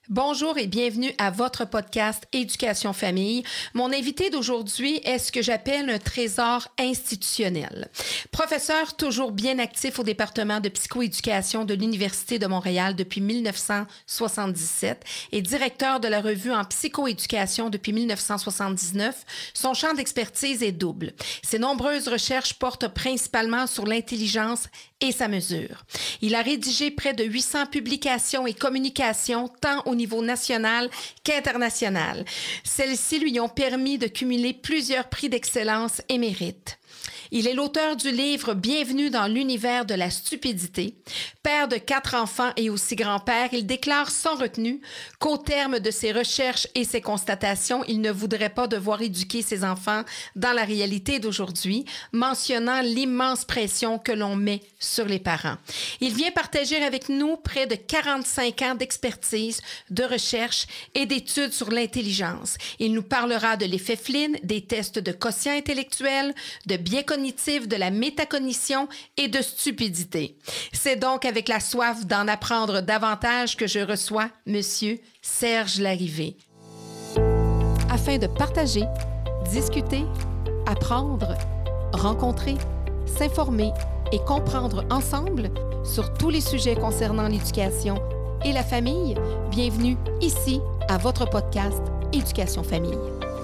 Bonjour et bienvenue à votre podcast Éducation Famille. Mon invité d'aujourd'hui est ce que j'appelle un trésor institutionnel. Professeur toujours bien actif au département de psychoéducation de l'Université de Montréal depuis 1977 et directeur de la revue en psychoéducation depuis 1979, son champ d'expertise est double. Ses nombreuses recherches portent principalement sur l'intelligence et sa mesure. Il a rédigé près de 800 publications et communications tant au niveau national qu'international. Celles-ci lui ont permis de cumuler plusieurs prix d'excellence et mérites. Il est l'auteur du livre « Bienvenue dans l'univers de la stupidité ». Père de 4 enfants et aussi grand-père, il déclare sans retenue qu'au terme de ses recherches et ses constatations, il ne voudrait pas devoir éduquer ses enfants dans la réalité d'aujourd'hui, mentionnant l'immense pression que l'on met sur les parents. Il vient partager avec nous près de 45 ans d'expertise, de recherche et d'études sur l'intelligence. Il nous parlera de l'effet Flynn, des tests de quotient intellectuel, de biais cognitif, de la métacognition et de stupidité. C'est donc avec la soif d'en apprendre davantage que je reçois Monsieur Serge Larrivé. Afin de partager, discuter, apprendre, rencontrer, s'informer et comprendre ensemble sur tous les sujets concernant l'éducation et la famille, bienvenue ici à votre podcast Éducation Famille.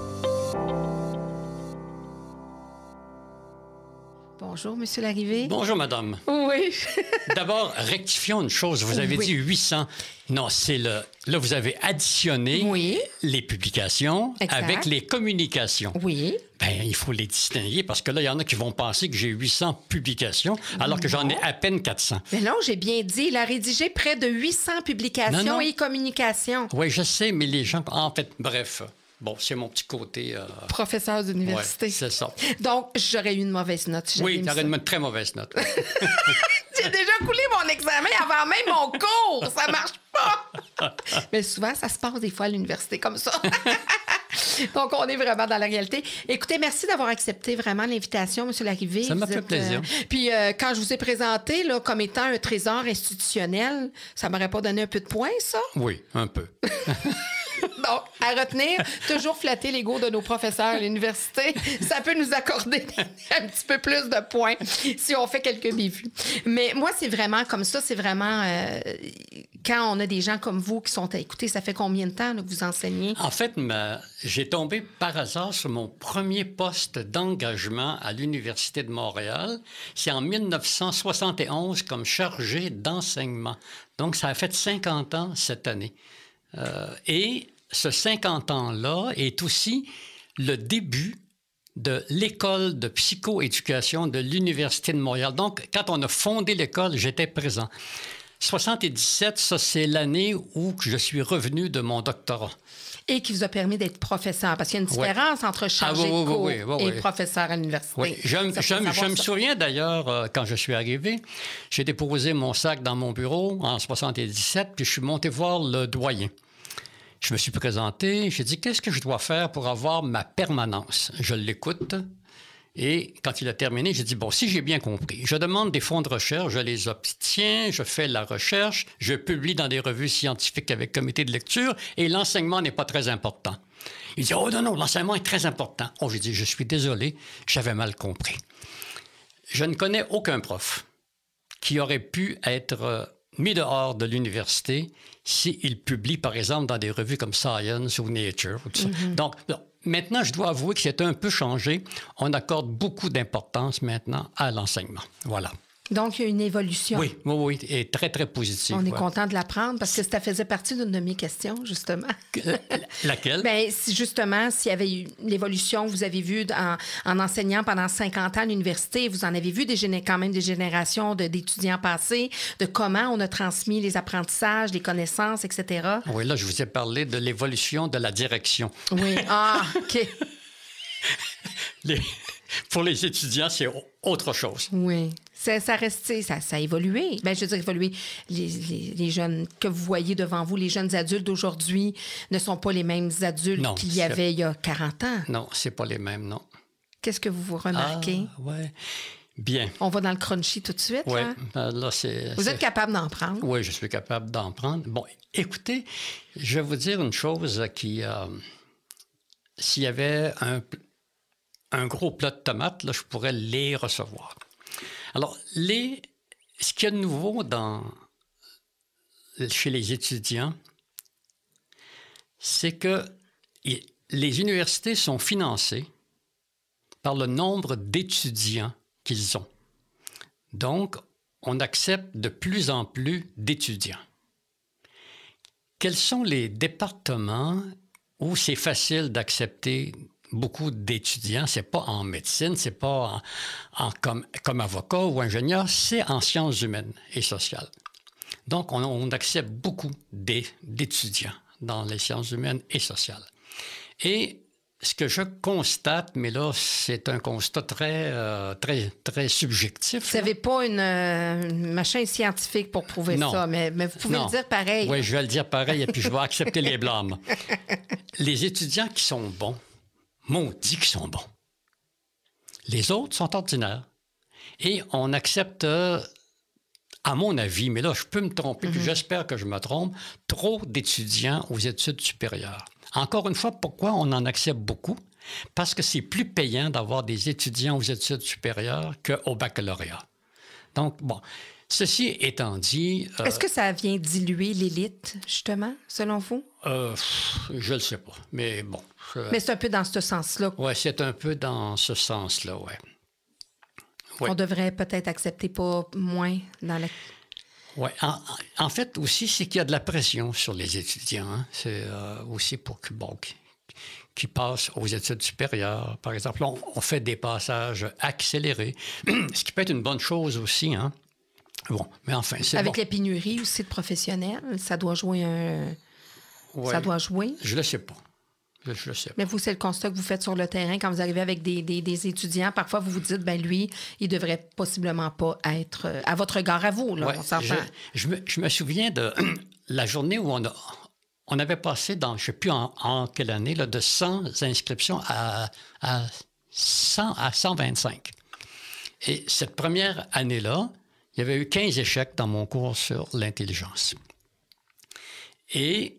Bonjour, Monsieur Larrivé. Bonjour, madame. Oui. D'abord, rectifions une chose. Vous avez dit 800. Non, c'est le... Là, vous avez additionné les publications avec les communications. Oui. Bien, il faut les distinguer parce que là, il y en a qui vont penser que j'ai 800 publications alors que j'en ai à peine 400. Mais non, j'ai bien dit. Il a rédigé près de 800 publications et communications. Oui, je sais, mais les gens... En fait, bref... Bon, c'est mon petit côté... Professeur d'université. Oui, c'est ça. Donc, j'aurais eu une mauvaise note. Si oui, tu aurais une très mauvaise note. J'ai déjà coulé mon examen avant même mon cours. Ça marche pas. Mais souvent, ça se passe des fois à l'université comme ça. Donc, on est vraiment dans la réalité. Écoutez, merci d'avoir accepté vraiment l'invitation, M. Larrivé. Ça m'a fait plaisir. Puis, quand je vous ai présenté là, comme étant un trésor institutionnel, ça m'aurait pas donné un peu de points, ça? Oui, un peu. Donc, à retenir, toujours flatter l'ego de nos professeurs à l'université. Ça peut nous accorder un petit peu plus de points si on fait quelques bévues. Mais moi, c'est vraiment comme ça. C'est vraiment... quand on a des gens comme vous qui sont à écouter, ça fait combien de temps là, que vous enseignez? En fait, j'ai tombé par hasard sur mon premier poste d'engagement à l'Université de Montréal. C'est en 1971 comme chargé d'enseignement. Donc, ça a fait 50 ans cette année. Et ce 50 ans-là est aussi le début de l'école de psychoéducation de l'Université de Montréal. Donc, quand on a fondé l'école, j'étais présent. 77, ça, c'est l'année où je suis revenu de mon doctorat. Et qui vous a permis d'être professeur, parce qu'il y a une différence entre chargé de cours et professeur à l'université. Oui, je me souviens d'ailleurs, quand je suis arrivé, j'ai déposé mon sac dans mon bureau en 77, puis je suis monté voir le doyen. Je me suis présenté, j'ai dit, qu'est-ce que je dois faire pour avoir ma permanence? Je l'écoute. Et quand il a terminé, j'ai dit, bon, si j'ai bien compris, je demande des fonds de recherche, je les obtiens, je fais la recherche, je publie dans des revues scientifiques avec comité de lecture et l'enseignement n'est pas très important. Il dit, oh non, l'enseignement est très important. Oh, j'ai dit, je suis désolé, j'avais mal compris. Je ne connais aucun prof qui aurait pu être mis dehors de l'université s'il publie, par exemple, dans des revues comme Science ou Nature. Ou tout ça. Donc, maintenant, je dois avouer que c'est un peu changé. On accorde beaucoup d'importance maintenant à l'enseignement. Voilà. Donc, il y a une évolution. Oui, et très, très positive. On est content de l'apprendre parce que ça faisait partie d'une de mes questions, justement. Laquelle? Bien, justement, s'il y avait eu l'évolution que vous avez vue en enseignant pendant 50 ans à l'université, vous en avez vu quand même des générations d'étudiants passés, de comment on a transmis les apprentissages, les connaissances, etc. Oui, là, je vous ai parlé de l'évolution de la direction. Oui, OK. Pour les étudiants, c'est autre chose. Oui. Ça a évolué. Bien, je veux dire, évolué. Les jeunes que vous voyez devant vous, les jeunes adultes d'aujourd'hui ne sont pas les mêmes adultes qu'il y avait il y a 40 ans. Non, c'est pas les mêmes, non. Qu'est-ce que vous remarquez? Oui. Bien. On va dans le crunchy tout de suite. Oui, Là. Là, Vous êtes capable d'en prendre? Oui, je suis capable d'en prendre. Bon, écoutez, je vais vous dire une chose qui... s'il y avait un gros plat de tomates, là, je pourrais les recevoir. Alors, ce qu'il y a de nouveau chez les étudiants, c'est que les universités sont financées par le nombre d'étudiants qu'ils ont. Donc, on accepte de plus en plus d'étudiants. Quels sont les départements où c'est facile d'accepter beaucoup d'étudiants? C'est pas en médecine, c'est pas comme avocat ou ingénieur, c'est en sciences humaines et sociales. Donc, on accepte beaucoup d'étudiants dans les sciences humaines et sociales. Et ce que je constate, mais là, c'est un constat très subjectif. Vous n'avez pas une machin scientifique pour prouver ça, mais vous pouvez le dire pareil. Oui, je vais le dire pareil et puis je vais accepter les blâmes. Les étudiants qui sont bons, maudits qui sont bons. Les autres sont ordinaires. Et on accepte, à mon avis, mais là, je peux me tromper, puis j'espère que je me trompe, trop d'étudiants aux études supérieures. Encore une fois, pourquoi on en accepte beaucoup? Parce que c'est plus payant d'avoir des étudiants aux études supérieures qu'au baccalauréat. Donc, bon, ceci étant dit... Est-ce que ça vient diluer l'élite, justement, selon vous? Je ne le sais pas, mais bon. Mais c'est un peu dans ce sens-là. Oui, c'est un peu dans ce sens-là, oui. Ouais. On devrait peut-être accepter pas moins dans la... Oui. En fait, aussi, c'est qu'il y a de la pression sur les étudiants. Hein. C'est aussi pour qui passent aux études supérieures. Par exemple, on fait des passages accélérés, ce qui peut être une bonne chose aussi. Hein. Bon, mais enfin, c'est avec bon. les pénuries aussi de professionnels, ça doit jouer ça doit jouer? Je ne le sais pas. Je le sais pas. Mais vous, c'est le constat que vous faites sur le terrain quand vous arrivez avec des étudiants. Parfois, vous vous dites, ben lui, il devrait possiblement pas être à votre regard à vous. Là, ouais, on s'entend. Je me souviens de la journée où on avait passé dans, je ne sais plus en quelle année, là, de 100 inscriptions à 125. Et cette première année-là, il y avait eu 15 échecs dans mon cours sur l'intelligence. Et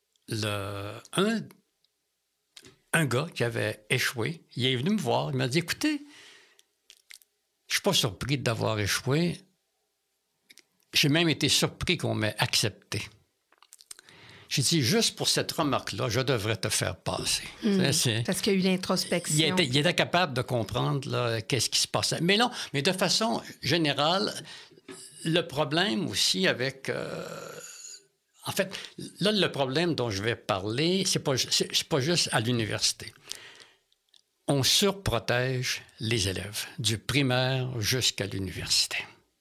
un gars qui avait échoué, il est venu me voir, il m'a dit, écoutez, je ne suis pas surpris d'avoir échoué. J'ai même été surpris qu'on m'ait accepté. J'ai dit, juste pour cette remarque-là, je devrais te faire passer. Parce qu'il y a eu l'introspection. Il était capable de comprendre là, qu'est-ce qui se passait. Mais non, mais de façon générale, le problème aussi avec... En fait, là, le problème dont je vais parler, c'est pas juste à l'université. On surprotège les élèves, du primaire jusqu'à l'université.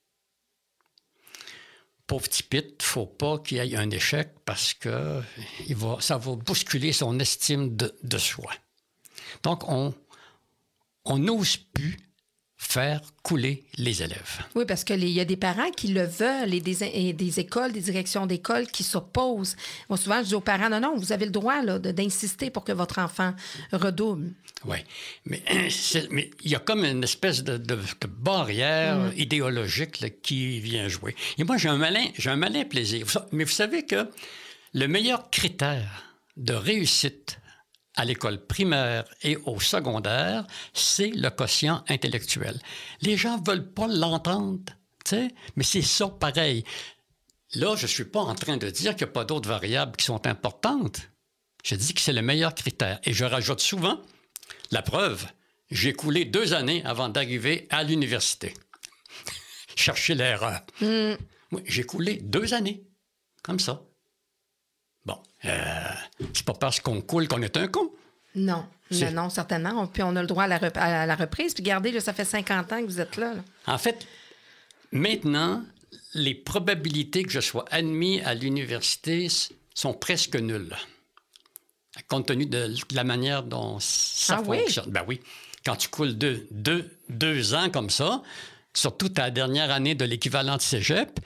Pauvre petit Pete, il ne faut pas qu'il y ait un échec parce que ça va bousculer son estime de soi. Donc, on n'ose plus faire couler les élèves. Oui, parce qu'il y a des parents qui le veulent et des écoles, des directions d'école qui s'opposent. Moi, souvent, je dis aux parents, non, vous avez le droit là, d'insister pour que votre enfant redouble. Oui, mais il y a comme une espèce de barrière idéologique là, qui vient jouer. Et moi, j'ai un malin plaisir. Mais vous savez que le meilleur critère de réussite à l'école primaire et au secondaire, c'est le quotient intellectuel. Les gens ne veulent pas l'entendre, mais c'est ça pareil. Là, je ne suis pas en train de dire qu'il n'y a pas d'autres variables qui sont importantes. Je dis que c'est le meilleur critère. Et je rajoute souvent, la preuve, j'ai coulé 2 années avant d'arriver à l'université. Chercher l'erreur. Oui, j'ai coulé 2 années, comme ça. Bon, c'est pas parce qu'on coule qu'on est un con. Non, non, certainement. Puis on a le droit à la reprise. Puis regardez, là, ça fait 50 ans que vous êtes là. En fait, maintenant, les probabilités que je sois admis à l'université sont presque nulles. Compte tenu de la manière dont ça fonctionne. Oui? Ben oui. Quand tu coules 2 ans comme ça, surtout ta dernière année de l'équivalent de cégep,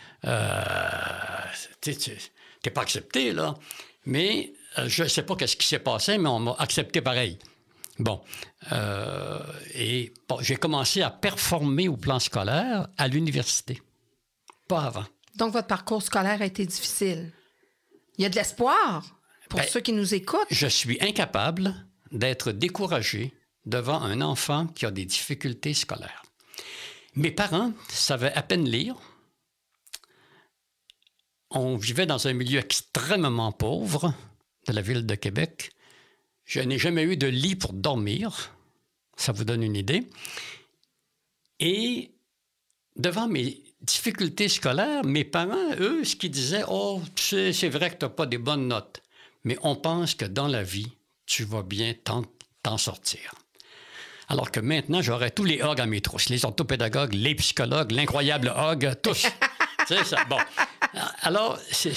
t'es pas accepté, là. Mais je ne sais pas ce qui s'est passé, mais on m'a accepté pareil. Bon. J'ai commencé à performer au plan scolaire à l'université. Pas avant. Donc, votre parcours scolaire a été difficile. Il y a de l'espoir pour ceux qui nous écoutent. Je suis incapable d'être découragé devant un enfant qui a des difficultés scolaires. Mes parents savaient à peine lire. On vivait dans un milieu extrêmement pauvre de la ville de Québec. Je n'ai jamais eu de lit pour dormir. Ça vous donne une idée. Et devant mes difficultés scolaires, mes parents, eux, ce qu'ils disaient, « Oh, tu sais, c'est vrai que tu n'as pas des bonnes notes, mais on pense que dans la vie, tu vas bien t'en sortir. » Alors que maintenant, j'aurais tous les Hog à mes trousses, les orthopédagogues, les psychologues, l'incroyable Hog, tous. Tu sais, ça, bon. Alors,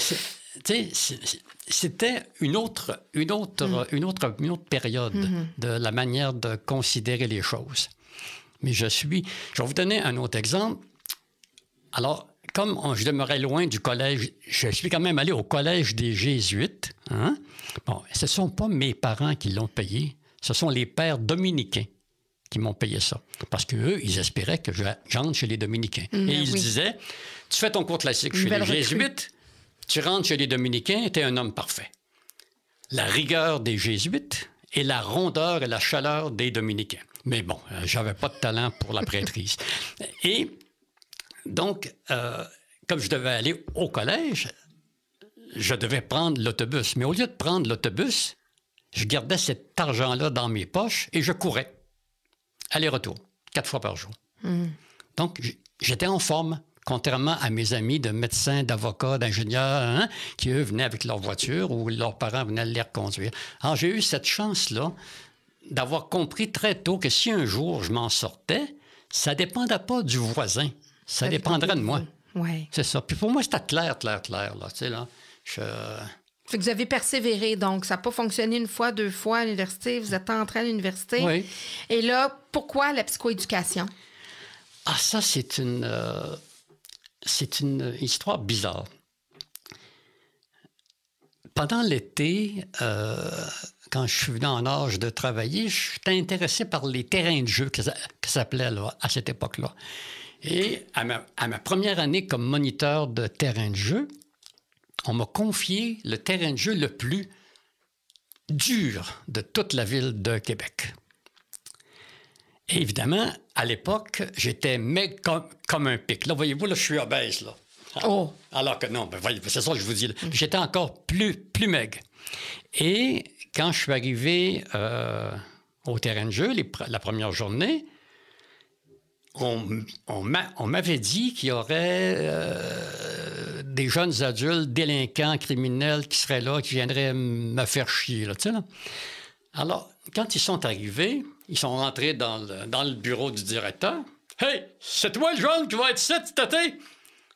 c'était une autre période de la manière de considérer les choses. Mais je vais vous donner un autre exemple. Alors, comme je demeurais loin du collège, je suis quand même allé au collège des Jésuites. Hein? Bon, ce ne sont pas mes parents qui l'ont payé, ce sont les pères dominicains qui m'ont payé ça. Parce qu'eux, ils espéraient que j'entre chez les dominicains. Et ils disaient, tu fais ton cours classique chez les Jésuites, tu rentres chez les dominicains, tu es un homme parfait. La rigueur des Jésuites et la rondeur et la chaleur des dominicains. Mais bon, j'avais pas de talent pour la prêtrise. Et donc, comme je devais aller au collège, je devais prendre l'autobus. Mais au lieu de prendre l'autobus, je gardais cet argent-là dans mes poches et je courais. Aller-retour, 4 fois par jour. Donc, j'étais en forme, contrairement à mes amis de médecins, d'avocats, d'ingénieurs, qui, eux, venaient avec leur voiture ou leurs parents venaient les reconduire. Alors, j'ai eu cette chance-là d'avoir compris très tôt que si un jour je m'en sortais, ça ne dépendait pas du voisin. Ça dépendrait de moi. Ouais. C'est ça. Puis pour moi, c'était clair, là. Tu sais, là, Fait que vous avez persévéré, donc ça n'a pas fonctionné une fois, 2 fois à l'université. Vous êtes entré à l'université. Oui. Et là, pourquoi la psychoéducation? Ah, ça, c'est une histoire bizarre. Pendant l'été, quand je suis venu en âge de travailler, j'étais intéressé par les terrains de jeu que ça s'appelait là, à cette époque-là. Et à ma première année comme moniteur de terrain de jeu, on m'a confié le terrain de jeu le plus dur de toute la ville de Québec. Et évidemment, à l'époque, j'étais maigre comme un pic. Là, voyez-vous, là, je suis obèse, là. Oh! Alors que non, voyez, c'est ça que je vous dis. Là. J'étais encore plus maigre. Et quand je suis arrivé au terrain de jeu, la première journée, on m'avait dit qu'il y aurait des jeunes adultes, délinquants, criminels qui seraient là, qui viendraient me faire chier. Là, tu sais, là. Alors, quand ils sont arrivés, ils sont rentrés dans le bureau du directeur. « Hey, c'est toi le jeune qui va être ici cet été? »« Ouais. »«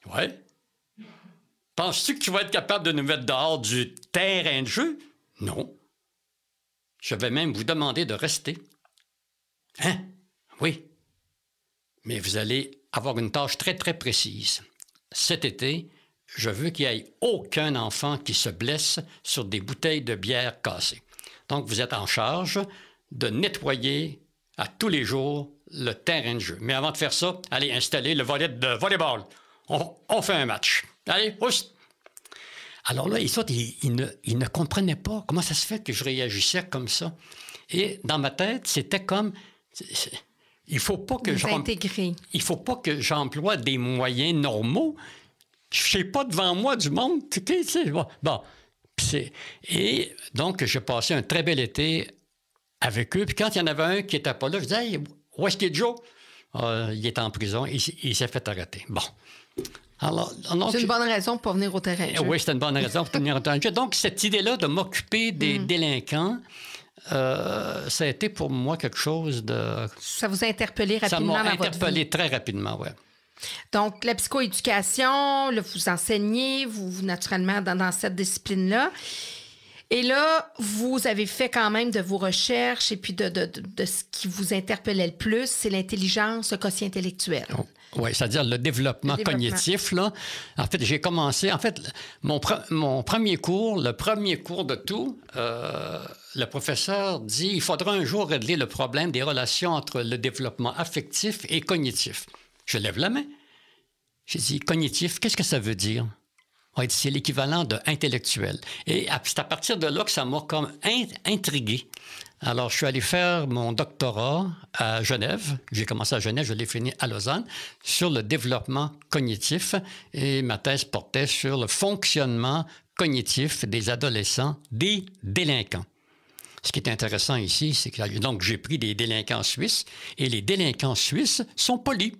Penses-tu que tu vas être capable de nous mettre dehors du terrain de jeu? »« Non. »« Je vais même vous demander de rester. »« Hein? Oui. Mais vous allez avoir une tâche très, très précise. Cet été, je veux qu'il n'y ait aucun enfant qui se blesse sur des bouteilles de bière cassées. Donc, vous êtes en charge de nettoyer à tous les jours le terrain de jeu. Mais avant de faire ça, allez installer le volet de volleyball. On fait un match. Allez, pousse! Alors là, ils ne comprenaient pas comment ça se fait que je réagissais comme ça. Et dans ma tête, c'était comme... Il faut pas que il faut pas que j'emploie des moyens normaux. Je n'ai pas devant moi du monde. Bon. Et donc, j'ai passé un très bel été avec eux. Puis quand il y en avait un qui n'était pas là, je disais, hey, où est-ce qu'il est Joe? Il est en prison. Il s'est fait arrêter. Bon. Alors, c'est une bonne raison pour venir au terrain de jeu. Oui, c'est une bonne raison pour venir au terrain de jeu. Donc, cette idée-là de m'occuper des délinquants, ça a été pour moi quelque chose de... Ça vous a interpellé rapidement dans votre vie? Ça m'a interpellé très rapidement, oui. Donc, la psychoéducation, là, vous enseignez, vous naturellement, dans cette discipline-là. Et là, vous avez fait quand même de vos recherches et puis de ce qui vous interpellait le plus, c'est l'intelligence, le quotient intellectuel. Oh. Oui, c'est-à-dire le développement cognitif. Là. En fait, j'ai commencé... En fait, mon premier cours, le premier cours de tout, le professeur dit il faudra un jour régler le problème des relations entre le développement affectif et cognitif. Je lève la main. J'ai dit, cognitif, qu'est-ce que ça veut dire? C'est l'équivalent de intellectuel. Et c'est à partir de là que ça m'a comme intrigué. Alors, je suis allé faire mon doctorat à Genève. J'ai commencé à Genève, je l'ai fini à Lausanne, sur le développement cognitif. Et ma thèse portait sur le fonctionnement cognitif des adolescents, des délinquants. Ce qui est intéressant ici, c'est que donc, j'ai pris des délinquants suisses et les délinquants suisses sont polis.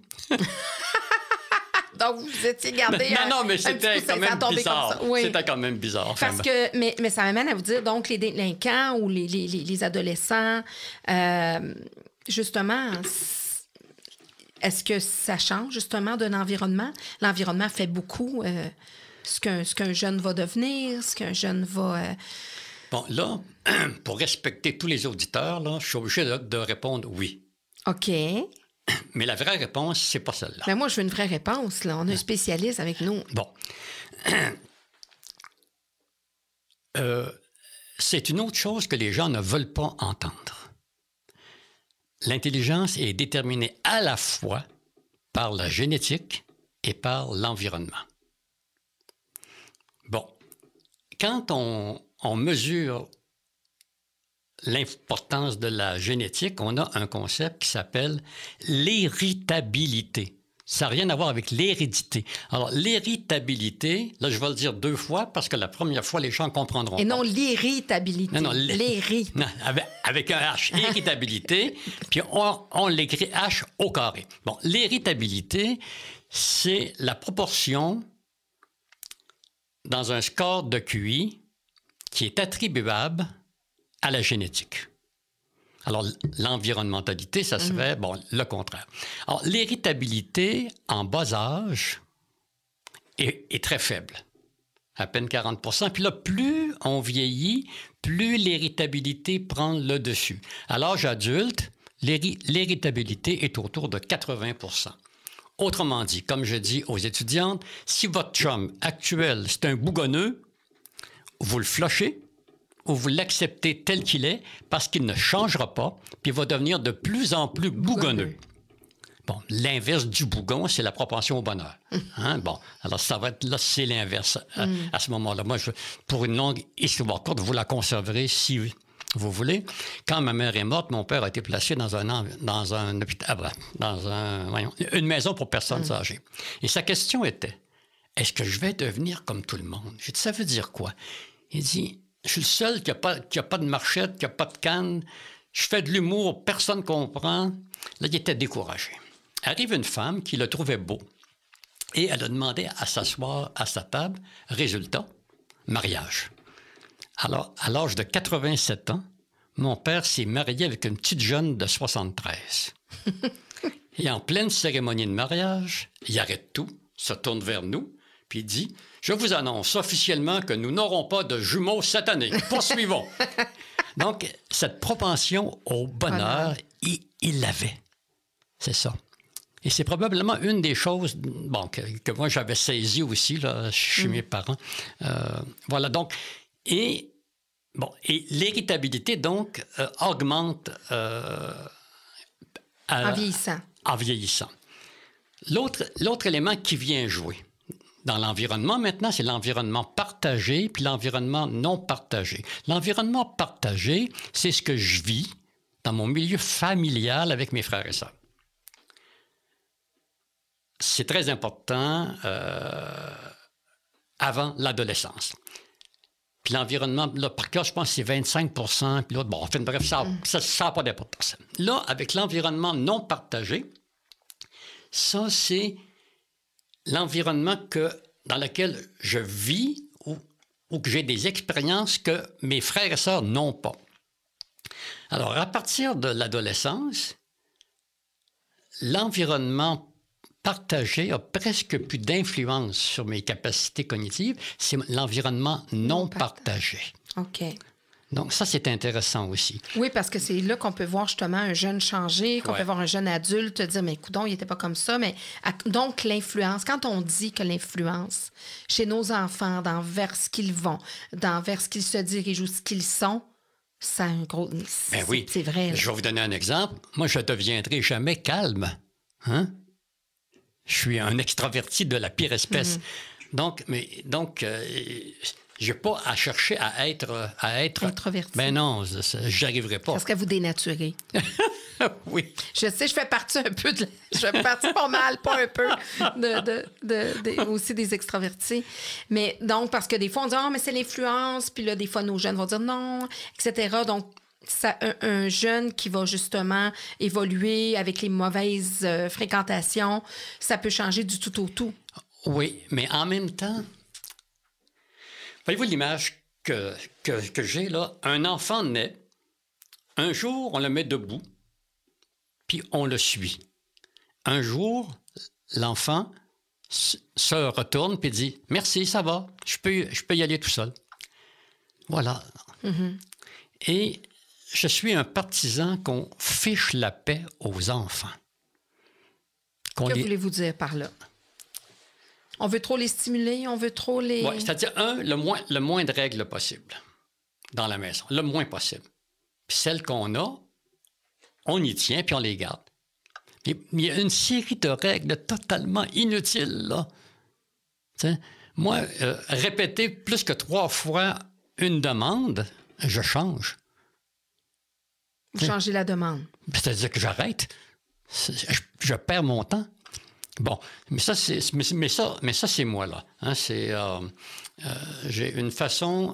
Donc, vous étiez gardé non, mais c'était quand même bizarre. Oui. C'était quand même bizarre. Parce que, mais ça m'amène à vous dire, donc, les délinquants ou les adolescents, justement, est-ce que ça change, justement, d'un environnement? L'environnement fait beaucoup ce qu'un jeune va devenir, ce qu'un jeune va... Bon, là, pour respecter tous les auditeurs, là, je suis obligé de répondre oui. OK. Mais la vraie réponse, c'est pas celle-là. Mais moi, je veux une vraie réponse. Là. On a un spécialiste avec nous. Bon. C'est une autre chose que les gens ne veulent pas entendre. L'intelligence est déterminée à la fois par la génétique et par l'environnement. Bon. Quand on mesure l'importance de la génétique, on a un concept qui s'appelle l'héritabilité. Ça n'a rien à voir avec l'hérédité. Alors, l'héritabilité, là, je vais le dire 2 fois parce que la première fois, les gens comprendront. Et non l'héritabilité. Non, avec un H. Héritabilité, puis on l'écrit H au carré. Bon, l'héritabilité, c'est la proportion dans un score de QI qui est attribuable à la génétique. Alors, l'environnementalité, ça serait, le contraire. Alors, l'héritabilité en bas âge est très faible, à peine 40 %. Puis là, plus on vieillit, plus l'héritabilité prend le dessus. À l'âge adulte, l'héritabilité est autour de 80 %. Autrement dit, comme je dis aux étudiantes, si votre chum actuel, c'est un bougonneux, vous le flushez, ou vous l'acceptez tel qu'il est parce qu'il ne changera pas, puis il va devenir de plus en plus bougonneux. Bon, l'inverse du bougon, c'est la propension au bonheur. Hein? Bon, alors ça va être là, c'est l'inverse à ce moment-là. Moi, pour une longue histoire courte, vous la conserverez si vous voulez. Quand ma mère est morte, mon père a été placé dans un hôpital, une maison pour personnes âgées. Et sa question était, est-ce que je vais devenir comme tout le monde? J'ai dit, ça veut dire quoi? Il dit, je suis le seul qui n'a pas de marchette, qui n'a pas de canne. Je fais de l'humour, personne ne comprend. Là, il était découragé. Arrive une femme qui le trouvait beau et elle a demandé à s'asseoir à sa table. Résultat, mariage. Alors, à l'âge de 87 ans, mon père s'est marié avec une petite jeune de 73. Et en pleine cérémonie de mariage, il arrête tout, se tourne vers nous, puis il dit « Je vous annonce officiellement que nous n'aurons pas de jumeaux cette année. Poursuivons. » Donc, cette propension au bonheur, il l'avait. C'est ça. Et c'est probablement une des choses que moi, j'avais saisi aussi là, chez mes parents. Voilà, donc... Et l'héritabilité, donc, augmente en vieillissant. En vieillissant. L'autre élément qui vient jouer dans l'environnement, maintenant, c'est l'environnement partagé puis l'environnement non partagé. L'environnement partagé, c'est ce que je vis dans mon milieu familial avec mes frères et sœurs. C'est très important avant l'adolescence. Puis l'environnement, là, par cas, je pense que c'est 25 %, puis l'autre, bref, ça n'a pas d'importance. Là, avec l'environnement non partagé, ça, c'est l'environnement dans lequel je vis ou que j'ai des expériences que mes frères et sœurs n'ont pas. Alors, à partir de l'adolescence, l'environnement partagé a presque plus d'influence sur mes capacités cognitives. C'est l'environnement non partagé. OK. Donc, ça, c'est intéressant aussi. Oui, parce que c'est là qu'on peut voir justement un jeune changer, qu'on peut voir un jeune adulte dire, mais coudonc, il n'était pas comme ça. Mais donc, l'influence, quand on dit que l'influence chez nos enfants, vers ce qu'ils vont, vers ce qu'ils se dirigent ou ce qu'ils sont, ça a un gros... Ben oui, c'est vrai. Là. Je vais vous donner un exemple. Moi, je ne deviendrai jamais calme. Hein? Je suis un extraverti de la pire espèce. Donc, je n'ai pas à chercher à être introverti. Ben non, je n'y arriverai pas. Parce que vous dénaturez. Oui. Je sais, je fais partie un peu je fais partie pas mal, pas un peu, aussi des extravertis. Mais donc, parce que des fois, on dit, mais c'est l'influence. Puis là, des fois, nos jeunes vont dire non, etc. Donc, ça, un jeune qui va justement évoluer avec les mauvaises fréquentations, ça peut changer du tout au tout. Oui, mais en même temps, voyez-vous l'image que j'ai là? Un enfant naît, un jour, on le met debout, puis on le suit. Un jour, l'enfant se retourne puis dit « Merci, ça va, je peux y aller tout seul. » Voilà. Et je suis un partisan qu'on fiche la paix aux enfants. Que voulez-vous dire par là? On veut trop les stimuler, on veut trop les... Oui, c'est-à-dire, le moins de règles possible dans la maison, le moins possible. Puis celles qu'on a, on y tient, puis on les garde. Puis, il y a une série de règles totalement inutiles, là. T'sais, moi, répéter plus que 3 fois une demande, je change. Vous changez la demande. C'est-à-dire que j'arrête. Je perds mon temps. Bon, mais ça, c'est moi, là. Hein, j'ai une façon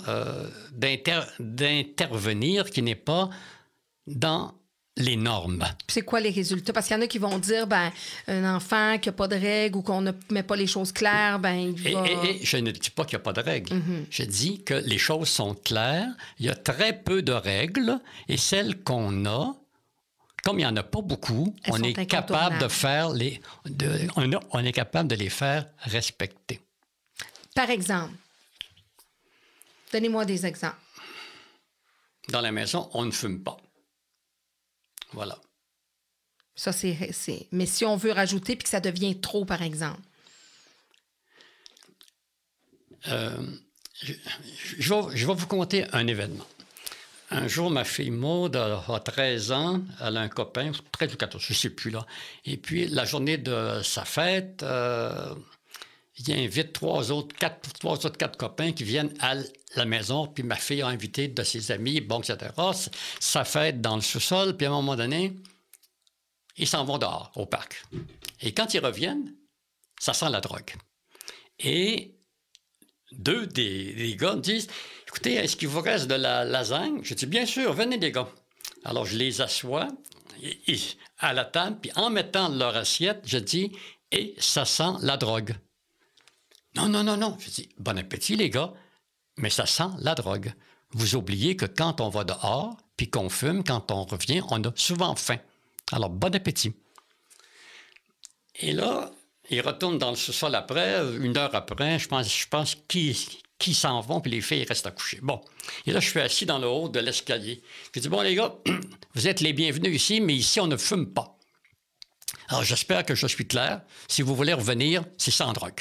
d'intervenir qui n'est pas dans les normes. C'est quoi les résultats? Parce qu'il y en a qui vont dire, un enfant qui n'a pas de règles ou qu'on ne met pas les choses claires, il va... Et je ne dis pas qu'il n'y a pas de règles. Je dis que les choses sont claires. Il y a très peu de règles et celles qu'on a, comme il n'y en a pas beaucoup, on est capable on est capable de les faire respecter. Par exemple, donnez-moi des exemples. Dans la maison, on ne fume pas. Voilà. Ça, c'est... Mais si on veut rajouter puis que ça devient trop, par exemple. Je vais vous conter un événement. Un jour, ma fille Maude a 13 ans, elle a un copain, 13 ou 14, je ne sais plus là. Et puis, la journée de sa fête, il invite 3 autres, 4 copains qui viennent à la maison, puis ma fille a invité de ses amis, bon, etc. Sa fête dans le sous-sol, puis à un moment donné, ils s'en vont dehors, au parc. Et quand ils reviennent, ça sent la drogue. Et 2 des gars me disent... Écoutez, est-ce qu'il vous reste de la lasagne? Je dis, bien sûr, venez les gars. Alors, je les assois à la table, puis en mettant leur assiette, je dis, et ça sent la drogue. Non. Je dis, bon appétit les gars, mais ça sent la drogue. Vous oubliez que quand on va dehors, puis qu'on fume, quand on revient, on a souvent faim. Alors, bon appétit. Et là, ils retournent dans le sous-sol après, 1 heure après, je pense qui s'en vont, puis les filles restent à coucher. Bon. Et là, je suis assis dans le haut de l'escalier. Je dis, bon, les gars, vous êtes les bienvenus ici, mais ici, on ne fume pas. Alors, j'espère que je suis clair. Si vous voulez revenir, c'est sans drogue.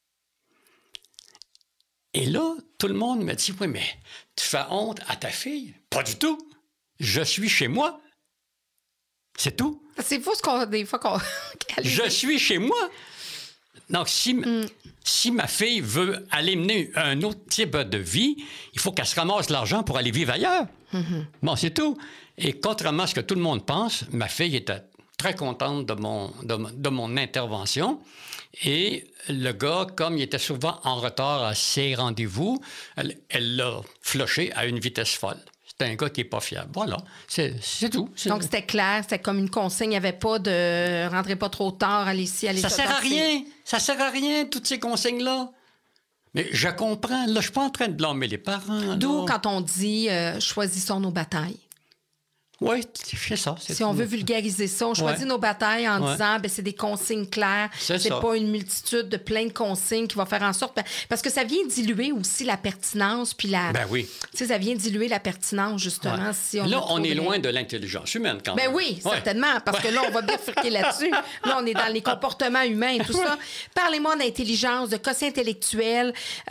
Et là, tout le monde me dit, oui, mais tu fais honte à ta fille? Pas du tout. Je suis chez moi. C'est tout. C'est fou des fois. Je suis chez moi. Donc, si ma fille veut aller mener un autre type de vie, il faut qu'elle se ramasse l'argent pour aller vivre ailleurs. Bon, c'est tout. Et contrairement à ce que tout le monde pense, ma fille était très contente de mon intervention. Et le gars, comme il était souvent en retard à ses rendez-vous, elle l'a flushé à une vitesse folle. C'est un gars qui n'est pas fiable. Voilà, c'est tout. Donc, c'était clair, c'était comme une consigne. Il n'y avait pas de « rentrez pas trop tard, allez ici, allez ça ». Ça sert à rien. Ça sert à rien, toutes ces consignes-là. Mais je comprends. Là, je ne suis pas en train de blâmer les parents. D'où quand on dit « choisissons nos batailles ». Oui, c'est ça. Si on veut vulgariser ça, on choisit nos batailles en disant c'est des consignes claires. C'est pas une multitude de plein de consignes qui va faire en sorte... Parce que ça vient diluer aussi la pertinence. Puis Ben oui. Ça vient diluer la pertinence, justement. Si on est loin de l'intelligence humaine, quand même. Ben oui, certainement. Parce que là, on va bifurquer là-dessus. Là, on est dans les comportements humains et tout ça. Parlez-moi d'intelligence, de quotient intellectuel.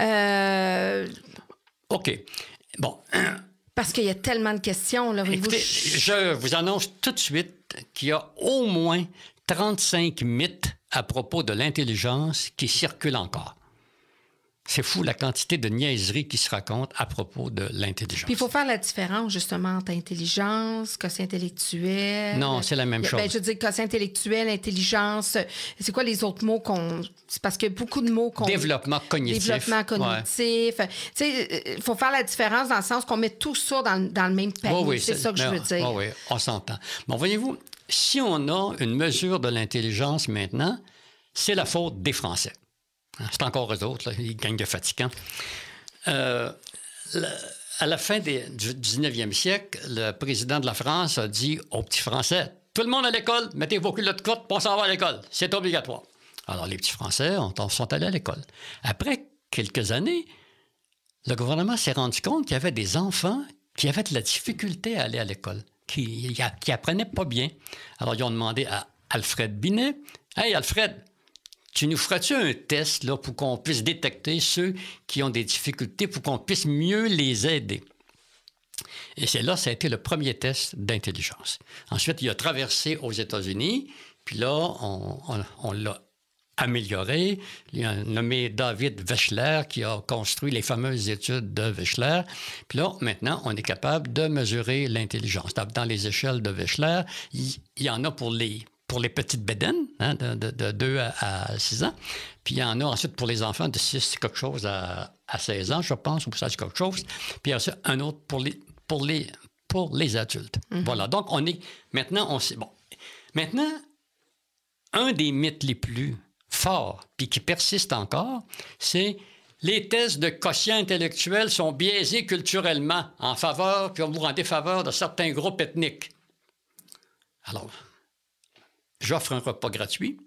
OK. Bon... Parce qu'il y a tellement de questions. Là. Écoutez, je vous annonce tout de suite qu'il y a au moins 35 mythes à propos de l'intelligence qui circulent encore. C'est fou la quantité de niaiseries qui se racontent à propos de l'intelligence. Puis il faut faire la différence, justement, entre intelligence, quotient intellectuel... Non, c'est la même chose. Ben, je veux dire, quotient intellectuel, intelligence... C'est quoi les autres mots qu'on... C'est parce que beaucoup de mots qu'on... Développement cognitif. Développement cognitif. Tu sais, il faut faire la différence dans le sens qu'on met tout ça dans le même panier. Oui, c'est ça que je veux dire. Oui, on s'entend. Bon, voyez-vous, si on a une mesure de l'intelligence maintenant, c'est la faute des Français. C'est encore eux autres, là, ils gagnent de fatigants. À la fin du 19e siècle, le président de la France a dit aux petits Français, « Tout le monde à l'école, mettez vos culottes courtes, on s'en va à l'école. C'est obligatoire. » Alors, les petits Français sont allés à l'école. Après quelques années, le gouvernement s'est rendu compte qu'il y avait des enfants qui avaient de la difficulté à aller à l'école, qui apprenaient pas bien. Alors, ils ont demandé à Alfred Binet, « Hey, Alfred, tu nous feras-tu un test là, pour qu'on puisse détecter ceux qui ont des difficultés, pour qu'on puisse mieux les aider? » Et c'est là, ça a été le premier test d'intelligence. Ensuite, il a traversé aux États-Unis, puis là, on l'a amélioré. Il y a nommé David Wechsler qui a construit les fameuses études de Wechsler. Puis là, maintenant, on est capable de mesurer l'intelligence. Dans les échelles de Wechsler, il y en a pour les petites bédaines, hein, de 2 à 6 ans. Puis il y en a ensuite pour les enfants de 6 quelque chose à 16 ans, je pense, ou ça c'est quelque chose. Puis il y a ensuite un autre pour les adultes. Mm-hmm. Voilà, donc maintenant, on sait... Bon, maintenant, un des mythes les plus forts, puis qui persiste encore, c'est les tests de quotient intellectuel sont biaisés culturellement en faveur, puis en défaveur de certains groupes ethniques. Alors... J'offre un repas gratuit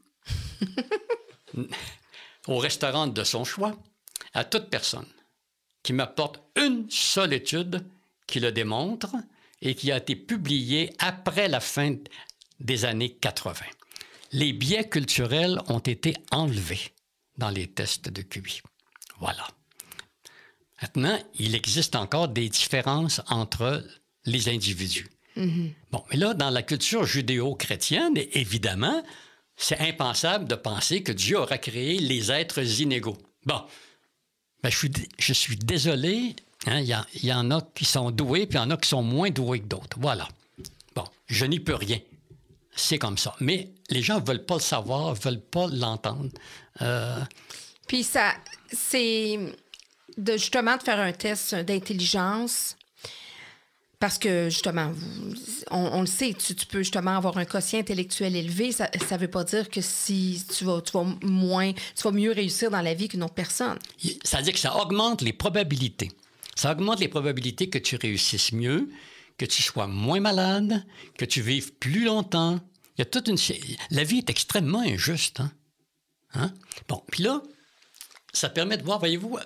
au restaurant de son choix à toute personne qui m'apporte une seule étude qui le démontre et qui a été publiée après la fin des années 80. Les biais culturels ont été enlevés dans les tests de QI. Voilà. Maintenant, il existe encore des différences entre les individus. Mm-hmm. Bon, mais là, dans la culture judéo-chrétienne, évidemment, c'est impensable de penser que Dieu aura créé les êtres inégaux. Bon, ben, je suis désolé, hein, il y en a qui sont doués, puis il y en a qui sont moins doués que d'autres. Voilà. Bon, je n'y peux rien. C'est comme ça. Mais les gens ne veulent pas le savoir, ne veulent pas l'entendre. Puis ça, c'est justement de faire un test d'intelligence... Parce que, justement, on le sait, tu peux justement avoir un quotient intellectuel élevé. Ça ne veut pas dire que si tu vas mieux réussir dans la vie qu'une autre personne. Ça veut dire que ça augmente les probabilités. Ça augmente les probabilités que tu réussisses mieux, que tu sois moins malade, que tu vives plus longtemps. Il y a toute une... La vie est extrêmement injuste. Hein? Bon, puis là, ça permet de voir, voyez-vous,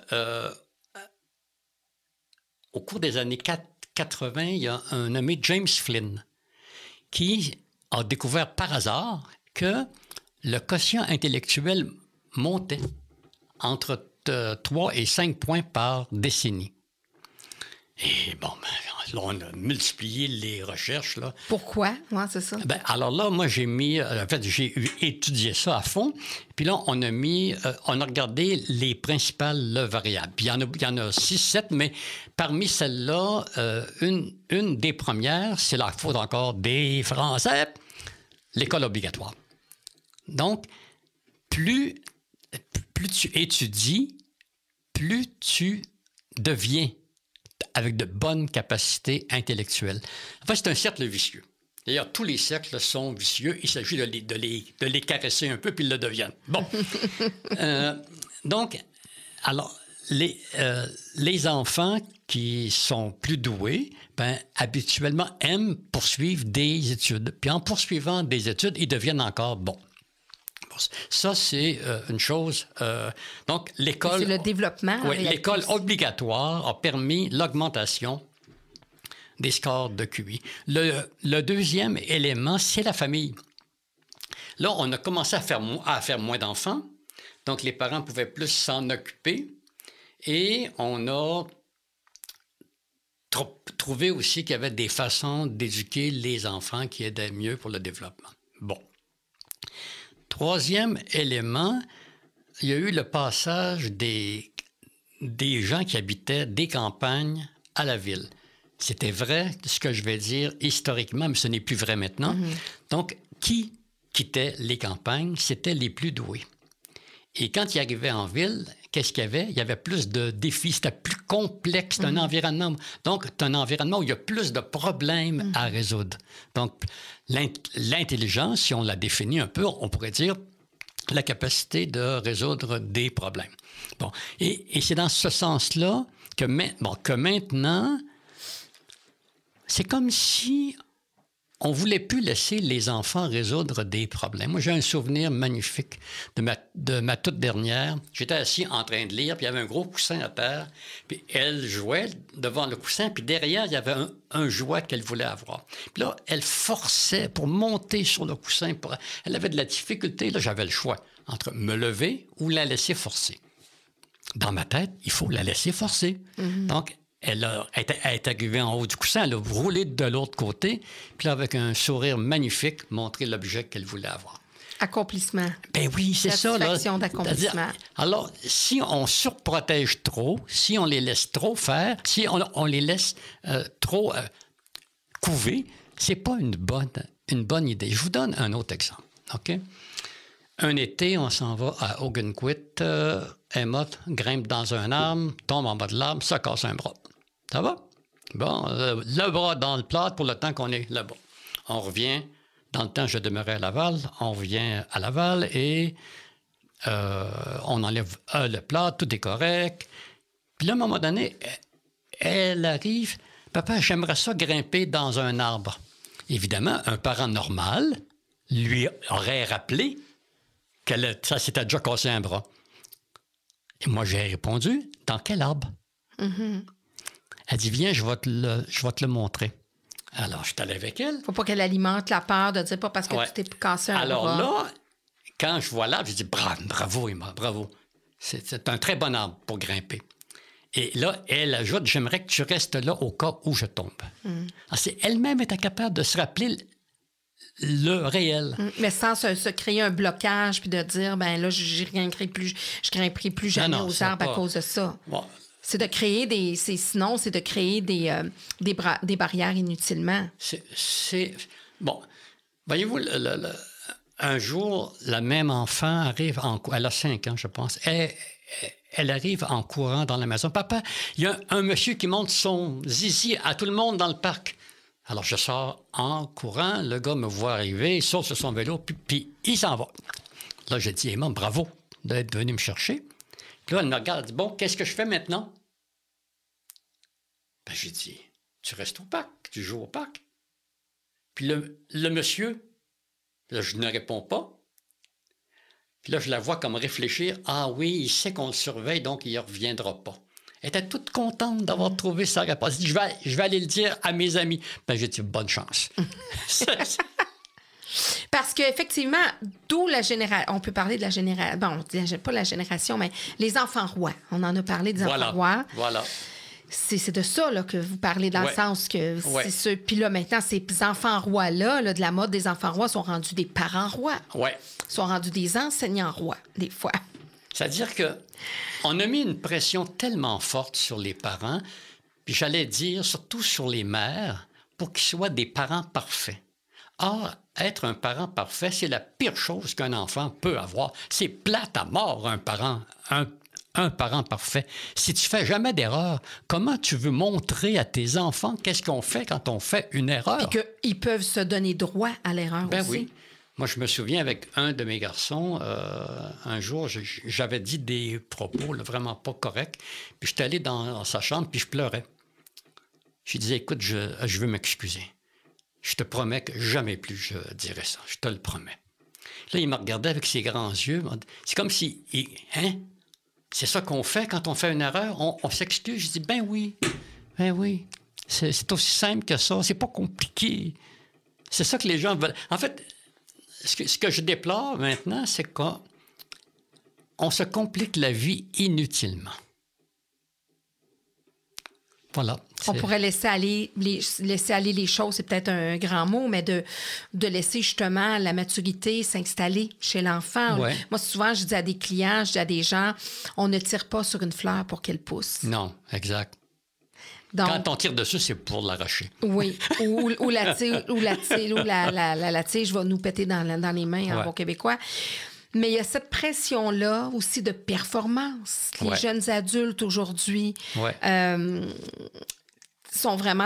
au cours des années 80, il y a un nommé James Flynn qui a découvert par hasard que le quotient intellectuel montait entre 3 et 5 points par décennie. Et bon, là, on a multiplié les recherches. Là. Pourquoi? Ouais, c'est ça. Ben, alors là, moi, j'ai étudié ça à fond. Puis là, on a regardé les principales variables. Puis il y en a 6, 7, mais parmi celles-là, une des premières, c'est la faute encore des Français, l'école obligatoire. Donc, plus tu étudies, plus tu deviens avec de bonnes capacités intellectuelles. En fait, c'est un cercle vicieux. D'ailleurs, tous les cercles sont vicieux. Il s'agit de les caresser un peu, puis ils le deviennent. Bon. Donc, alors, les enfants qui sont plus doués, habituellement aiment poursuivre des études. Puis en poursuivant des études, ils deviennent encore bons. Ça, c'est une chose. Donc, l'école... C'est le développement. Oui, l'école obligatoire a permis l'augmentation des scores de QI. Le deuxième élément, c'est la famille. Là, on a commencé à faire moins d'enfants, donc les parents pouvaient plus s'en occuper, et on a trouvé aussi qu'il y avait des façons d'éduquer les enfants qui aidaient mieux pour le développement. Bon. Troisième élément, il y a eu le passage des gens qui habitaient des campagnes à la ville. C'était vrai, ce que je vais dire historiquement, mais ce n'est plus vrai maintenant. Donc, qui quittait les campagnes? C'était les plus doués. Et quand ils arrivaient en ville, qu'est-ce qu'il y avait? Il y avait plus de défis, c'était plus complexe, c'est un environnement. Donc, c'est un environnement où il y a plus de problèmes à résoudre. Donc, l'intelligence, si on la définit un peu, on pourrait dire la capacité de résoudre des problèmes. Bon, et c'est dans ce sens-là que maintenant, c'est comme si on ne voulait plus laisser les enfants résoudre des problèmes. Moi, j'ai un souvenir magnifique de ma toute dernière. J'étais assis en train de lire, puis il y avait un gros coussin à terre, puis elle jouait devant le coussin, puis derrière, il y avait un jouet qu'elle voulait avoir. Puis là, elle forçait pour monter sur le coussin. Elle avait de la difficulté. Là, j'avais le choix entre me lever ou la laisser forcer. Dans ma tête, il faut la laisser forcer. Donc, elle est arrivée en haut du coussin, elle a roulé de l'autre côté, puis là, avec un sourire magnifique, montrer l'objet qu'elle voulait avoir. Accomplissement. Ben oui, c'est ça. Satisfaction d'accomplissement. Alors, si on surprotège trop, si on les laisse trop faire, si on les laisse trop couver, c'est pas une bonne idée. Je vous donne un autre exemple, OK? Un été, on s'en va à Ogunquit, Emma grimpe dans un arbre, tombe en bas de l'arbre, ça casse un bras. Ça va? Bon, le bras dans le plâtre pour le temps qu'on est là-bas. On revient, dans le temps, je demeurais à Laval, on revient à Laval et on enlève le plâtre, tout est correct. Puis là, à un moment donné, elle arrive, « Papa, j'aimerais ça grimper dans un arbre. » Évidemment, un parent normal lui aurait rappelé ça s'était déjà cassé un bras. Et moi, j'ai répondu, « Dans quel arbre? » Elle dit, « Viens, je vais te le montrer. » Alors, je suis allé avec elle. Faut pas qu'elle alimente la peur de dire pas parce que tu t'es cassé un bras. Alors là, quand je vois l'arbre, je dis, « Bravo, Emma, bravo. C'est un très bon arbre pour grimper. » Et là, elle ajoute, « J'aimerais que tu restes là au cas où je tombe. » Elle-même était capable de se rappeler le réel. Mais sans se créer un blocage puis de dire, ben là, je grimperai plus jamais aux arbres à cause de ça. Bon. C'est de créer sinon, c'est de créer des barrières inutilement. Bon, voyez-vous, un jour, la même enfant arrive elle a 5 ans, je pense. Elle arrive en courant dans la maison. « Papa, il y a un monsieur qui monte son zizi à tout le monde dans le parc. » Alors, je sors en courant, le gars me voit arriver, il saute sur son vélo, puis il s'en va. Là, j'ai dit, Emma, bravo d'être venu me chercher. Puis là, elle me regarde, elle dit, bon, qu'est-ce que je fais maintenant? Ben, j'ai dit, tu restes au parc, tu joues au parc. Puis le monsieur, là, je ne réponds pas. Puis là, je la vois comme réfléchir, ah oui, il sait qu'on le surveille, donc il ne reviendra pas. Elle était toute contente d'avoir trouvé sa réponse. Elle dit, je vais aller le dire à mes amis. Ben, j'ai dit, bonne chance. Parce qu'effectivement, d'où la génération... On peut parler de la génération... Bon, on ne dit pas la génération, mais les enfants rois. On en a parlé des enfants rois. Voilà. C'est de ça là, que vous parlez dans le sens que c'est ceux... Puis là, maintenant, ces enfants rois-là, de la mode des enfants rois, sont rendus des parents rois. Oui. Sont rendus des enseignants rois, des fois. C'est-à-dire que on a mis une pression tellement forte sur les parents, puis j'allais dire surtout sur les mères, pour qu'ils soient des parents parfaits. Or, être un parent parfait, c'est la pire chose qu'un enfant peut avoir. C'est plate à mort, un parent parfait. Si tu fais jamais d'erreur, comment tu veux montrer à tes enfants qu'est-ce qu'on fait quand on fait une erreur? Puis qu'ils peuvent se donner droit à l'erreur aussi. Oui. Moi, je me souviens, avec un de mes garçons, un jour, j'avais dit des propos là, vraiment pas corrects. Puis j'étais allé dans sa chambre, puis je pleurais. Je lui disais, écoute, je veux m'excuser. Je te promets que jamais plus je dirai ça. Je te le promets. Là, il me regardait avec ses grands yeux. C'est comme si... Hein? C'est ça qu'on fait quand on fait une erreur? On s'excuse? Je dis, ben oui. C'est aussi simple que ça. C'est pas compliqué. C'est ça que les gens veulent. En fait, ce que je déplore maintenant, c'est qu'on se complique la vie inutilement. Voilà. On pourrait laisser aller les choses, c'est peut-être un grand mot, mais de laisser justement la maturité s'installer chez l'enfant. Ouais. Moi, souvent, je dis à des clients, je dis à des gens, on ne tire pas sur une fleur pour qu'elle pousse. Non, exact. Donc, quand on tire dessus, c'est pour l'arracher. Oui, ou la tige va nous péter dans les mains en bon québécois. Mais il y a cette pression-là aussi de performance. Les jeunes adultes aujourd'hui sont vraiment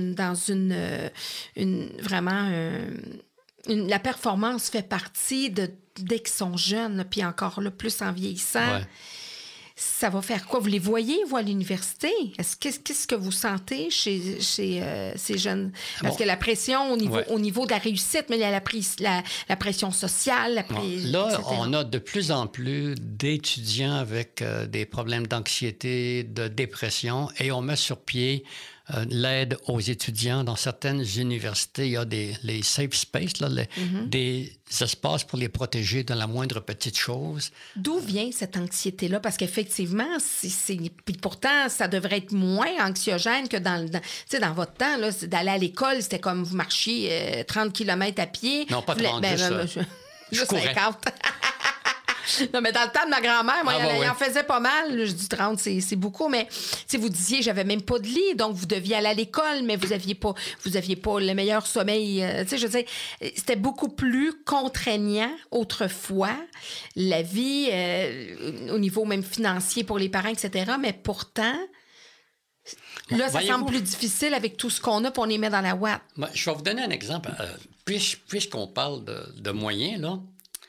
la performance fait partie dès qu'ils sont jeunes, puis encore là, plus en vieillissant. Ouais. Ça va faire quoi? Vous les voyez, vous, à l'université? Qu'est-ce que vous sentez chez ces jeunes? Parce que la pression au niveau de la réussite, mais il y a la pression sociale. Là, etc. On a de plus en plus d'étudiants avec des problèmes d'anxiété, de dépression, et on met sur pied l'aide aux étudiants. Dans certaines universités, il y a les safe space, là, des espaces pour les protéger de la moindre petite chose. D'où vient cette anxiété-là? Parce qu'effectivement, puis pourtant, ça devrait être moins anxiogène que dans votre temps. Là, d'aller à l'école, c'était comme vous marchiez 30 km à pied. Non, pas 30, juste 50. Non, mais dans le temps de ma grand-mère, moi, il en faisait pas mal. Je dis 30, c'est beaucoup, mais vous disiez, j'avais même pas de lit, donc vous deviez aller à l'école, mais vous aviez pas le meilleur sommeil. Je veux dire, c'était beaucoup plus contraignant autrefois, la vie, au niveau même financier pour les parents, etc. Mais pourtant, là, ça semble plus difficile avec tout ce qu'on a, puis on les met dans la ouate. Je vais vous donner un exemple. Puisqu'on parle de moyens, là,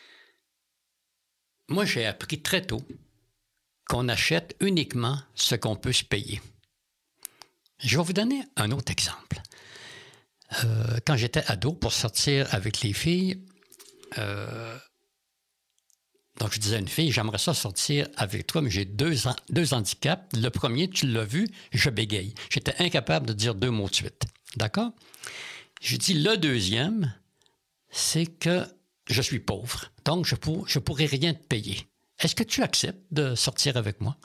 moi, j'ai appris très tôt qu'on achète uniquement ce qu'on peut se payer. Je vais vous donner un autre exemple. Quand j'étais ado, pour sortir avec les filles, donc je disais à une fille, j'aimerais ça sortir avec toi, mais j'ai deux handicaps. Le premier, tu l'as vu, je bégaye. J'étais incapable de dire 2 mots de suite. D'accord? Je dis le deuxième, c'est que je suis pauvre, donc je pourrais rien te payer. Est-ce que tu acceptes de sortir avec moi?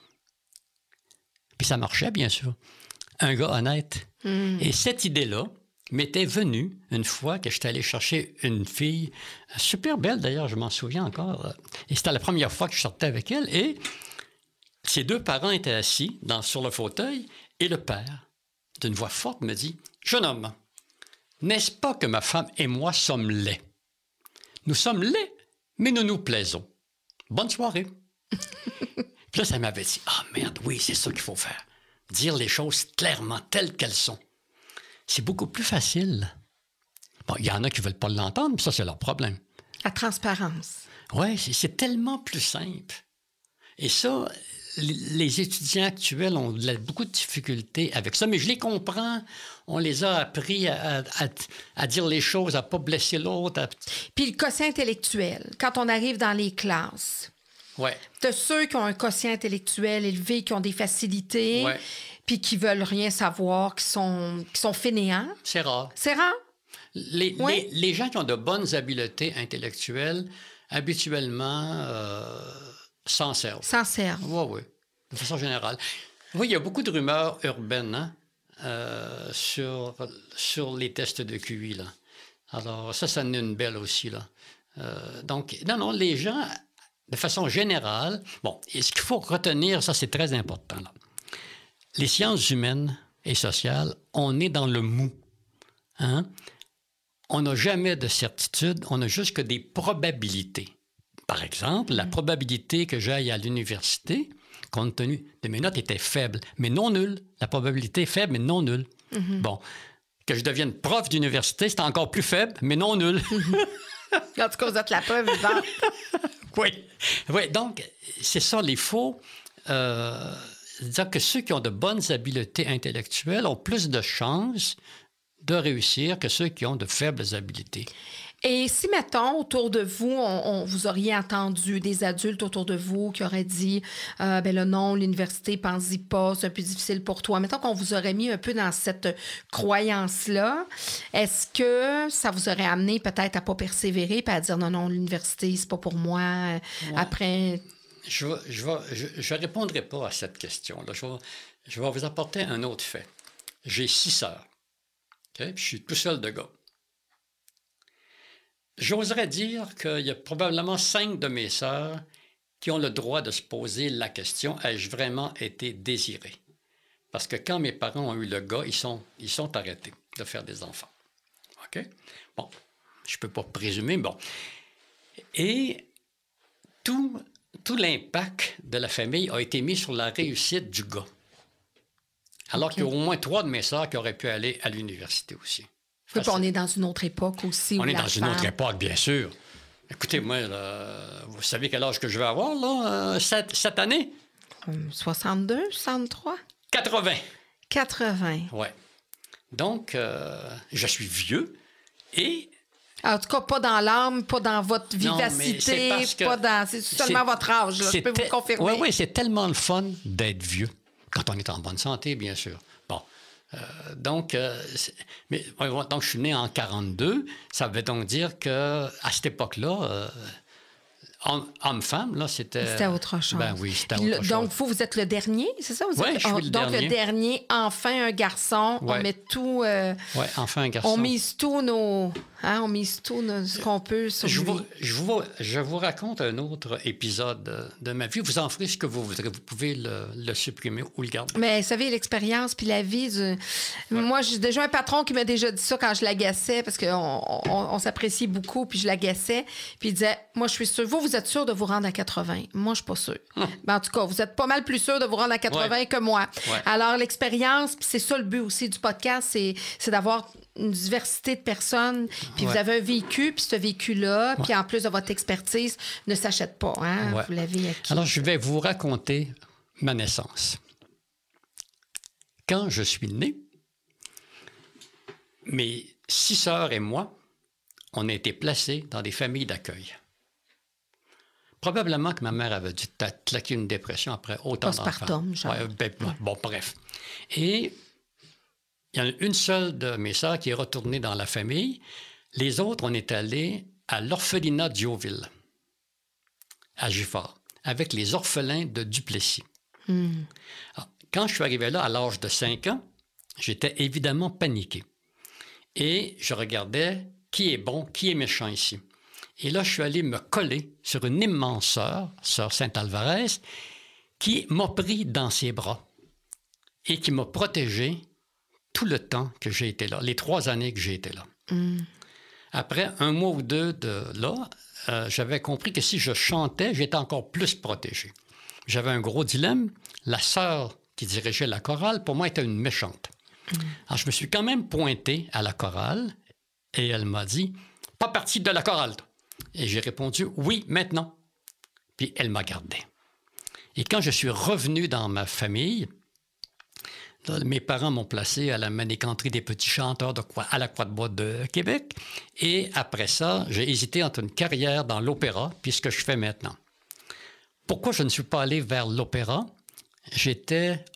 Puis ça marchait, bien sûr. Un gars honnête. Et cette idée-là m'était venue une fois que j'étais allé chercher une fille, super belle d'ailleurs, je m'en souviens encore. Et c'était la première fois que je sortais avec elle. Et ses 2 parents étaient assis sur le fauteuil. Et le père, d'une voix forte, me dit, « Jeune homme, n'est-ce pas que ma femme et moi sommes laids? Nous sommes laids, mais nous nous plaisons. Bonne soirée. » Puis là, ça m'avait dit, « Ah merde, oui, c'est ça qu'il faut faire. Dire les choses clairement, telles qu'elles sont. » C'est beaucoup plus facile. Bon, il y en a qui ne veulent pas l'entendre, mais ça, c'est leur problème. La transparence. Oui, c'est tellement plus simple. Et ça, les étudiants actuels ont beaucoup de difficultés avec ça, mais je les comprends. On les a appris à dire les choses, à ne pas blesser l'autre. Puis le quotient intellectuel, quand on arrive dans les classes, t'as ceux qui ont un quotient intellectuel élevé, qui ont des facilités, puis qui veulent rien savoir, qui sont fainéants. C'est rare. C'est rare? Les gens qui ont de bonnes habiletés intellectuelles, habituellement, s'en servent. S'en servent. Oui, de façon générale. Oui, il y a beaucoup de rumeurs urbaines sur les tests de QI, là. Alors, ça en est une belle aussi, là. Donc, non, les gens, de façon générale... Bon, et ce qu'il faut retenir, ça, c'est très important, là. Les sciences humaines et sociales, on est dans le mou. Hein? On n'a jamais de certitude, on n'a juste que des probabilités. Par exemple, la probabilité que j'aille à l'université, compte tenu de mes notes, était faible, mais non nulle. La probabilité est faible, mais non nulle. Bon, que je devienne prof d'université, c'est encore plus faible, mais non nulle. En tout cas, vous êtes la preuve vivante. Oui, donc, c'est ça, les faux. C'est-à-dire que ceux qui ont de bonnes habiletés intellectuelles ont plus de chances de réussir que ceux qui ont de faibles habiletés. Et si, mettons, autour de vous, vous auriez entendu des adultes autour de vous qui auraient dit ben là, non, l'université, pense-y pas, c'est un peu difficile pour toi. Mettons qu'on vous aurait mis un peu dans cette croyance-là. Est-ce que ça vous aurait amené peut-être à pas persévérer et à dire non, l'université, c'est pas pour moi? Ouais. Après. Je ne répondrai pas à cette question-là. Je vais vous apporter un autre fait. J'ai 6 sœurs. Okay? Puis je suis tout seul de gars. J'oserais dire qu'il y a probablement 5 de mes sœurs qui ont le droit de se poser la question « Ai-je vraiment été désiré? » Parce que quand mes parents ont eu le gars, ils sont arrêtés de faire des enfants. OK? Bon, je ne peux pas présumer, bon. Et tout l'impact de la famille a été mis sur la réussite du gars. Alors qu'il y a au moins 3 de mes sœurs qui auraient pu aller à l'université aussi. Oui, puis on est dans une autre époque aussi. On est dans une autre époque, bien sûr. Écoutez, moi, là, vous savez quel âge que je vais avoir, là, cette année? 62, 63? 80. 80. Oui. Donc, je suis vieux et... En tout cas, pas dans l'âme, pas dans votre vivacité, c'est seulement votre âge, là, je peux vous confirmer. Oui, c'est tellement le fun d'être vieux, quand on est en bonne santé, bien sûr. Bon. Donc, je suis né en 42. Ça veut donc dire qu'à cette époque-là, homme-femme, là, c'était... C'était autre chose. Ben oui, c'était autre chose. Donc, vous êtes le dernier, c'est ça? Oui, je suis le dernier. Donc, le dernier, enfin un garçon. Ouais. On met tout... Oui, enfin un garçon. On mise tout ce qu'on peut sur lui. Je vous raconte un autre épisode de ma vie. Vous en ferez ce que vous voudrez. Vous pouvez le supprimer ou le garder. Mais vous savez, l'expérience puis la vie... Moi, j'ai déjà un patron qui m'a déjà dit ça quand je l'agaçais parce qu'on s'appréciait beaucoup puis je l'agaçais. Puis il disait, moi, je suis sûr... Vous êtes sûr de vous rendre à 80? Moi, je suis pas sûre. Ben, en tout cas, vous êtes pas mal plus sûr de vous rendre à 80 que moi. Ouais. Alors, l'expérience, puis c'est ça le but aussi du podcast, c'est d'avoir une diversité de personnes, puis vous avez un vécu, puis ce vécu-là, puis en plus de votre expertise, ne s'achète pas, hein? Vous l'avez acquis. Alors, je vais vous raconter ma naissance. Quand je suis né, mes 6 sœurs et moi, on a été placés dans des familles d'accueil. Probablement que ma mère avait dû claquer une dépression après autant d'enfants. Postpartum, genre. Bon, bref. Et il y en a une seule de mes sœurs qui est retournée dans la famille. Les autres, on est allés à l'orphelinat d'Yoville, à Gifford, avec les orphelins de Duplessis. Alors, quand je suis arrivé là, à l'âge de 5 ans, j'étais évidemment paniqué. Et je regardais qui est bon, qui est méchant ici. Et là, je suis allé me coller sur une immense sœur Saint-Alvarez, qui m'a pris dans ses bras et qui m'a protégé tout le temps que j'ai été là, les 3 années que j'ai été là. Après 1 mois ou 2 de là, j'avais compris que si je chantais, j'étais encore plus protégé. J'avais un gros dilemme. La sœur qui dirigeait la chorale, pour moi, était une méchante. Alors, je me suis quand même pointé à la chorale et elle m'a dit « Pas partie de la chorale ». Et j'ai répondu « Oui, maintenant ». Puis elle m'a gardé. Et quand je suis revenu dans ma famille, là, mes parents m'ont placé à la maniganterie des petits chanteurs à la Croix de Bois de Québec. Et après ça, j'ai hésité entre une carrière dans l'opéra puis ce que je fais maintenant. Pourquoi je ne suis pas allé vers l'opéra? J'étais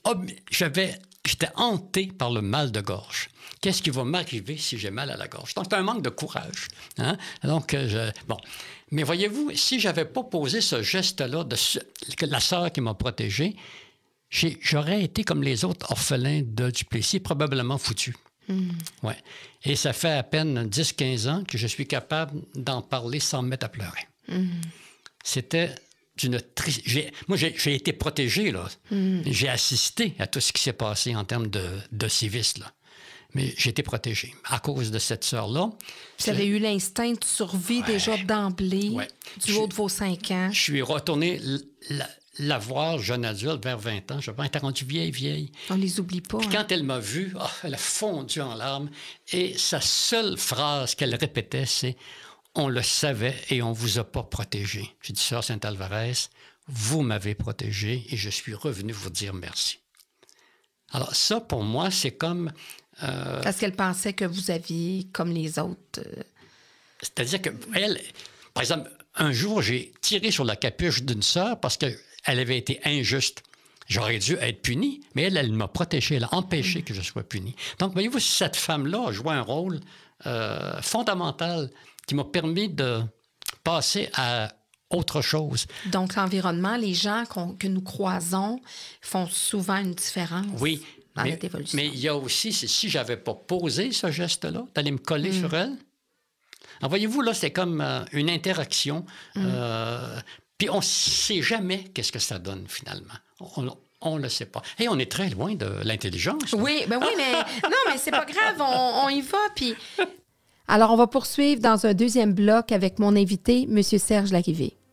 hanté par le mal de gorge. Qu'est-ce qui va m'arriver si j'ai mal à la gorge? Donc, c'est un manque de courage. Hein? Donc, bon. Mais voyez-vous, si je n'avais pas posé ce geste-là, la sœur qui m'a protégé, j'aurais été comme les autres orphelins de Duplessis, probablement foutu. Ouais. Et ça fait à peine 10-15 ans que je suis capable d'en parler sans me mettre à pleurer. C'était d'une Moi, j'ai été protégé, là. J'ai assisté à tout ce qui s'est passé en termes de sévices, là. Mais j'ai été protégé à cause de cette sœur-là. Vous avez eu l'instinct de survie déjà d'emblée, du haut de vos 5 ans. Je suis retourné la voir, jeune adulte, vers 20 ans. Je pense qu'elle était rendue vieille. On les oublie pas. Puis quand elle m'a vu, elle a fondu en larmes. Et sa seule phrase qu'elle répétait, c'est on le savait et on ne vous a pas protégé. J'ai dit, Sœur Sainte-Alvarez, vous m'avez protégé et je suis revenu vous dire merci. Alors ça, pour moi, c'est comme... Parce qu'elle pensait que vous aviez, comme les autres... C'est-à-dire qu'elle, par exemple, un jour, j'ai tiré sur la capuche d'une sœur parce qu'elle avait été injuste. J'aurais dû être puni, mais elle m'a protégé, elle a empêché que je sois puni. Donc, voyez-vous, cette femme-là a joué un rôle fondamental qui m'a permis de passer à autre chose. Donc, l'environnement, les gens que nous croisons font souvent une différence. Oui, dans notre évolution. Mais il y a aussi, si je n'avais pas posé ce geste-là, d'aller me coller sur elle. Alors, voyez-vous, là, c'est comme une interaction. Puis on ne sait jamais qu'est-ce que ça donne, finalement. On ne le sait pas. Et on est très loin de l'intelligence. Oui, mais non, mais c'est pas grave, on y va. Puis... Alors, on va poursuivre dans un deuxième bloc avec mon invité, M. Serge Larrivé.